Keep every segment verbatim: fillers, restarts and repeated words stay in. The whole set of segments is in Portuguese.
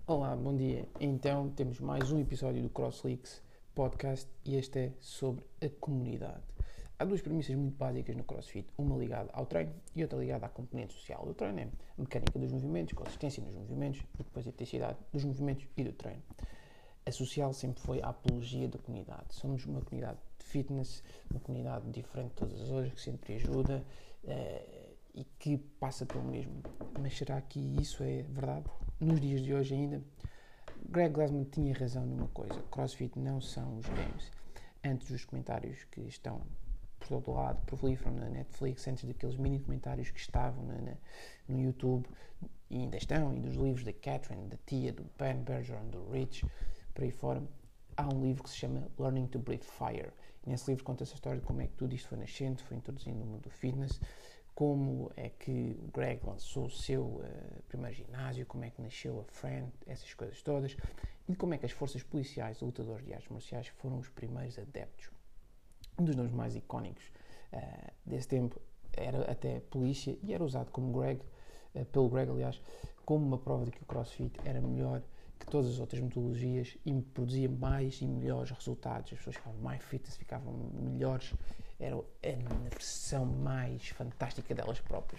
Olá, bom dia. Então temos mais um episódio do CrossLeaks Podcast e este é sobre a comunidade. Há duas premissas muito básicas no CrossFit, uma ligada ao treino e outra ligada à componente social. O treino é a mecânica dos movimentos, consistência nos movimentos e depois a intensidade dos movimentos e do treino. A social sempre foi a apologia da comunidade. Somos uma comunidade de fitness, uma comunidade diferente de todas as outras, que sempre ajuda uh, e que passa pelo mesmo. Mas será que isso é verdade? Nos dias de hoje ainda, Greg Glassman tinha razão numa coisa: CrossFit não são os games. Antes dos comentários que estão por todo lado, proliferam na Netflix, antes daqueles mini comentários que estavam na, na, no YouTube, e ainda estão, e dos livros da Catherine, da Tia, do Ben Bergeron, do Rich, por aí fora, há um livro que se chama Learning to Breathe Fire. E nesse livro conta essa história de como é que tudo isto foi nascendo, foi introduzindo no mundo do fitness, como é que o Greg lançou o seu uh, primeiro ginásio, como é que nasceu a Friend, essas coisas todas, e como é que as forças policiais, lutadores de artes marciais, foram os primeiros adeptos. Um dos nomes mais icónicos uh, desse tempo era até polícia, e era usado como Greg, uh, pelo Greg, aliás, como uma prova de que o CrossFit era melhor que todas as outras metodologias e produzia mais e melhores resultados. As pessoas ficavam mais fitas, ficavam melhores, era a versão mais fantástica delas próprias.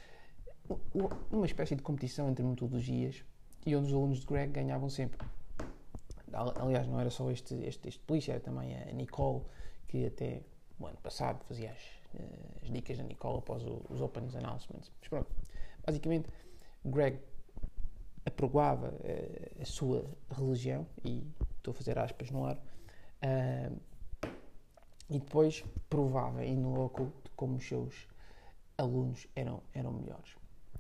Uma espécie de competição entre metodologias, e onde os alunos de Greg ganhavam sempre. Aliás, não era só este, este, este polícia, era também a Nicole, que até o ano passado fazia as, as dicas da Nicole após o, os Opens Announcements. Mas pronto, basicamente, Greg apregoava uh, a sua religião, e estou a fazer aspas no ar, uh, e depois provava in loco de como os seus alunos eram, eram melhores.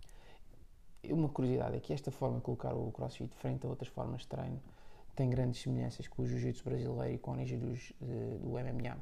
Uma curiosidade é que esta forma de colocar o CrossFit frente a outras formas de treino tem grandes semelhanças com o Jiu-Jitsu brasileiro e com a origem dos, uh, do M M A.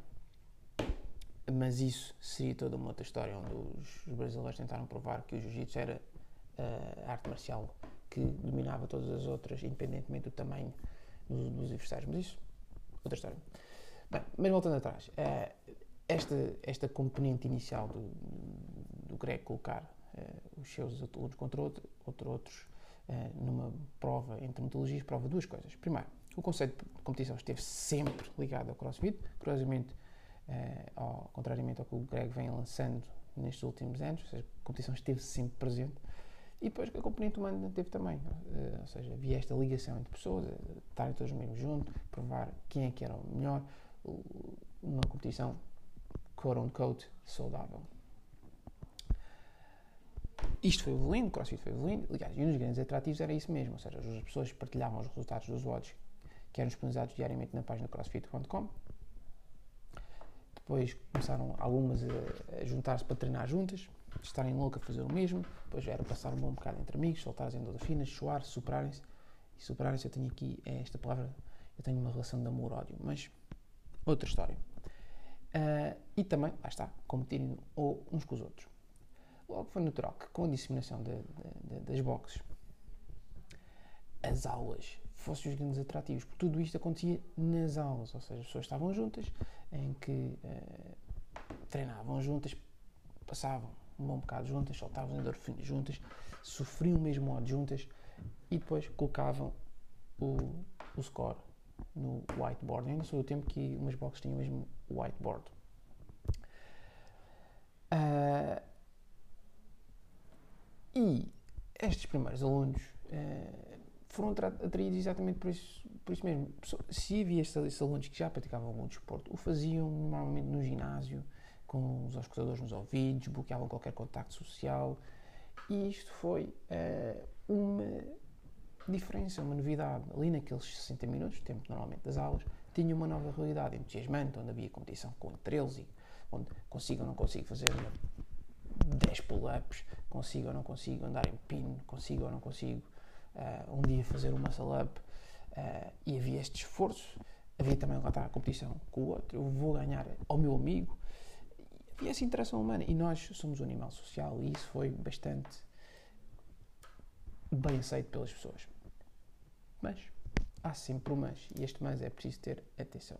Mas isso seria toda uma outra história, onde os, os brasileiros tentaram provar que o Jiu-Jitsu era uh, a arte marcial que dominava todas as outras, independentemente do tamanho dos, dos adversários. Mas isso, outra história. Bem, mas voltando atrás, uh, esta, esta componente inicial do, do Greg colocar uh, os seus alunos contra outro, outro, outros uh, numa prova entre metodologias, prova duas coisas. Primeiro, o conceito de competição esteve sempre ligado ao CrossFit, curiosamente, uh, ao, contrariamente ao que o Greg vem lançando nestes últimos anos, ou seja, a competição esteve sempre presente. E depois a componente humana teve também, uh, ou seja, havia esta ligação entre pessoas, uh, estarem todos mesmo juntos, provar quem é que era o melhor, uh, uma competição quote-unquote saudável. Isto foi evoluindo, o CrossFit foi evoluindo, aliás, e um dos grandes atrativos era isso mesmo, ou seja, as pessoas partilhavam os resultados dos watts que eram disponibilizados diariamente na página crossfit ponto com. Depois começaram algumas a, a juntar-se para treinar juntas, estarem loucas a fazer o mesmo, depois era passar um bom bocado entre amigos, soltar as endorfinas, suar, superarem-se. E superarem-se, eu tenho aqui esta palavra, eu tenho uma relação de amor-ódio, mas outra história. Uh, e também, lá está, competirem uns com os outros. Logo foi natural que, com a disseminação de, de, de, das boxes, as aulas fossem os grandes atrativos, porque tudo isto acontecia nas aulas, ou seja, as pessoas estavam juntas, em que uh, treinavam juntas, passavam um bom bocado juntas, soltavam endorfinas juntas, sofriam mesmo ódio juntas e depois colocavam o, o score no whiteboard. Eu ainda sou do tempo que umas boxes tinham mesmo whiteboard. Uh, e estes primeiros alunos uh, foram atraídos exatamente por isso, por isso mesmo. Se havia estes, estes alunos que já praticavam algum desporto, o faziam normalmente no ginásio, com os auscultadores nos ouvidos, bloqueavam qualquer contacto social, e isto foi uh, uma diferença, uma novidade. Ali naqueles sessenta minutos, tempo normalmente das aulas, tinha uma nova realidade entusiasmante, onde havia competição com entre eles, e onde consigo ou não consigo fazer dez pull-ups, consigo ou não consigo andar em pino, consigo ou não consigo uh, um dia fazer um muscle-up, uh, e havia este esforço. Havia também lá está a competição com o outro, eu vou ganhar ao meu amigo. Havia essa interação humana, e nós somos um animal social, e isso foi bastante bem aceito pelas pessoas. Mas há sempre um mas, e este mas é preciso ter atenção.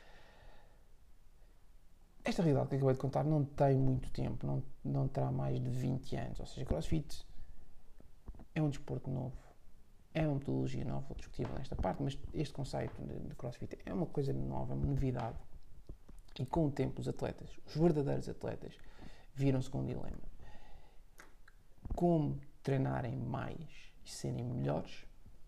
Esta realidade que acabei de contar não tem muito tempo, não, não terá mais de vinte anos, ou seja, CrossFit é um desporto novo, é uma metodologia nova, discutível nesta parte, mas este conceito de, de CrossFit é uma coisa nova, uma novidade. E com o tempo os atletas, os verdadeiros atletas, viram-se com um dilema. Como treinarem mais e serem melhores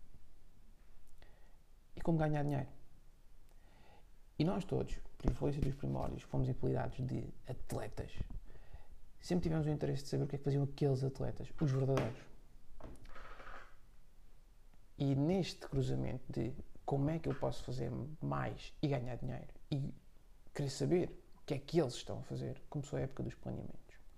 e como ganhar dinheiro. E nós todos, por influência dos primórdios, fomos apelidados de atletas. Sempre tivemos o interesse de saber o que é que faziam aqueles atletas, os verdadeiros. E neste cruzamento de como é que eu posso fazer mais e ganhar dinheiro e querer saber o que é que eles estão a fazer, começou a época dos planeamentos.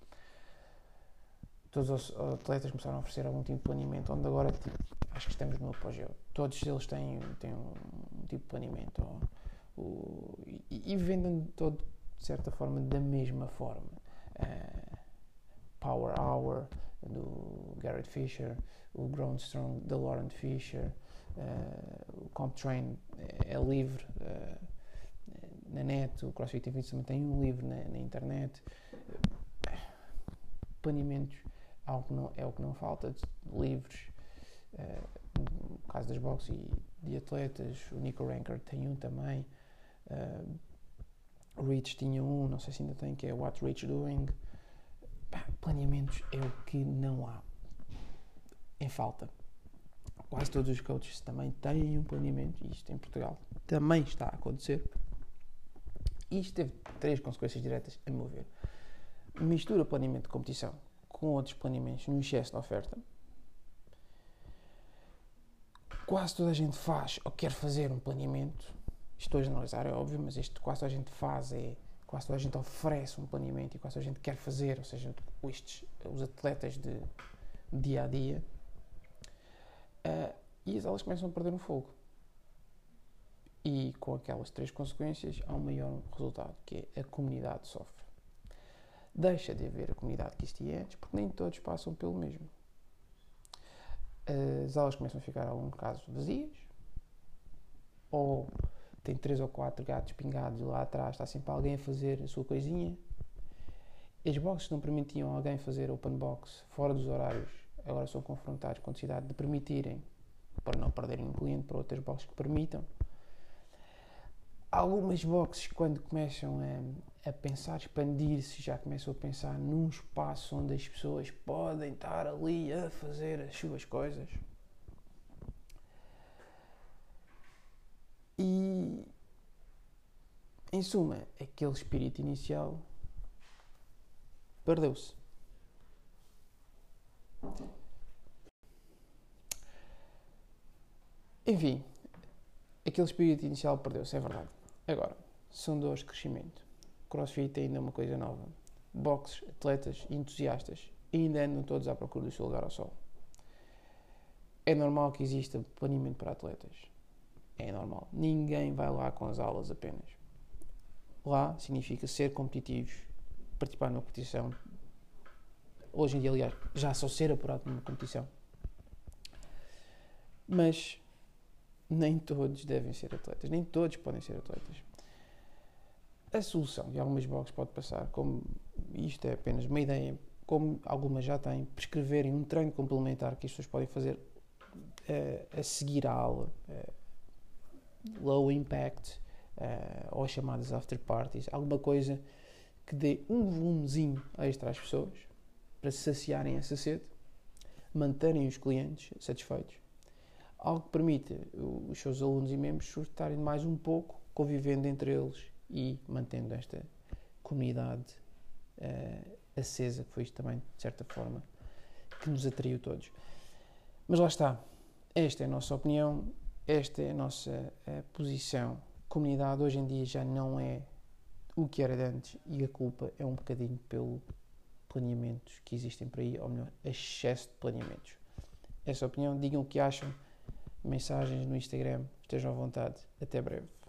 Todos os atletas começaram a oferecer algum tipo de planeamento, onde agora tipo, acho que estamos no apogeu. Todos eles têm, têm um, um tipo de planeamento ou, ou, e, e vendem todo, de certa forma, da mesma forma. Uh, Power Hour, do Garrett Fisher, o Grown Strong, da Lauren Fisher, uh, o CompTrain é, é livre uh, na net, o CrossFit Infinity também tem um livro na, na internet. Uh, planeamentos algo não, é o que não falta, livros, uh, no caso das boxes e de atletas, o Nico Ranker tem um também, uh, o Rich tinha um, não sei se ainda tem, que é What Rich Doing. Planeamentos é o que não há em falta. Quase todos os coaches também têm um planeamento, e isto em Portugal também está a acontecer. E isto teve três consequências diretas, a meu ver. Mistura planeamento de competição com outros planeamentos no excesso de oferta. Quase toda a gente faz ou quer fazer um planeamento. Estou a generalizar, é óbvio, mas isto quase toda a gente faz é... Quase toda a gente oferece um planeamento e quase toda a gente quer fazer, ou seja, estes, os atletas de dia a dia, uh, e as aulas começam a perder um fogo. E com aquelas três consequências há um maior resultado, que é a comunidade sofre. Deixa de haver a comunidade que existia antes, porque nem todos passam pelo mesmo. As aulas começam a ficar, em algum caso, vazias, ou tem três ou quatro gatos pingados e lá atrás está sempre alguém a fazer a sua coisinha. As boxes que não permitiam alguém fazer open box fora dos horários, agora são confrontados com a necessidade de permitirem, para não perderem um cliente para outras boxes que permitam. Algumas boxes, quando começam a, a pensar expandir-se, já começam a pensar num espaço onde as pessoas podem estar ali a fazer as suas coisas. E, em suma, aquele espírito inicial perdeu-se. Enfim, aquele espírito inicial perdeu-se, é verdade. Agora, são dores de crescimento. CrossFit ainda é uma coisa nova. Boxes, atletas, entusiastas ainda andam todos à procura do seu lugar ao sol. É normal que exista planeamento para atletas. É normal. Ninguém vai lá com as aulas apenas. Lá significa ser competitivos, participar numa competição. Hoje em dia, aliás, já só ser apurado numa competição. Mas nem todos devem ser atletas. Nem todos podem ser atletas. A solução de algumas boxes pode passar, como isto é apenas uma ideia, como algumas já têm, prescreverem um treino complementar que as pessoas podem fazer uh, a seguir a aula. Uh, low impact, uh, ou as chamadas after parties, alguma coisa que dê um volumezinho extra às pessoas para saciarem essa sede, manterem os clientes satisfeitos, algo que permita os seus alunos e membros estarem mais um pouco, convivendo entre eles e mantendo esta comunidade uh, acesa, que foi isto também, de certa forma, que nos atraiu todos. Mas lá está, esta é a nossa opinião. Esta é a nossa a posição. A comunidade hoje em dia já não é o que era de antes e a culpa é um bocadinho pelo planeamentos que existem por aí, ou melhor, excesso de planeamentos. Essa é a opinião. Digam o que acham. Mensagens no Instagram. Estejam à vontade. Até breve.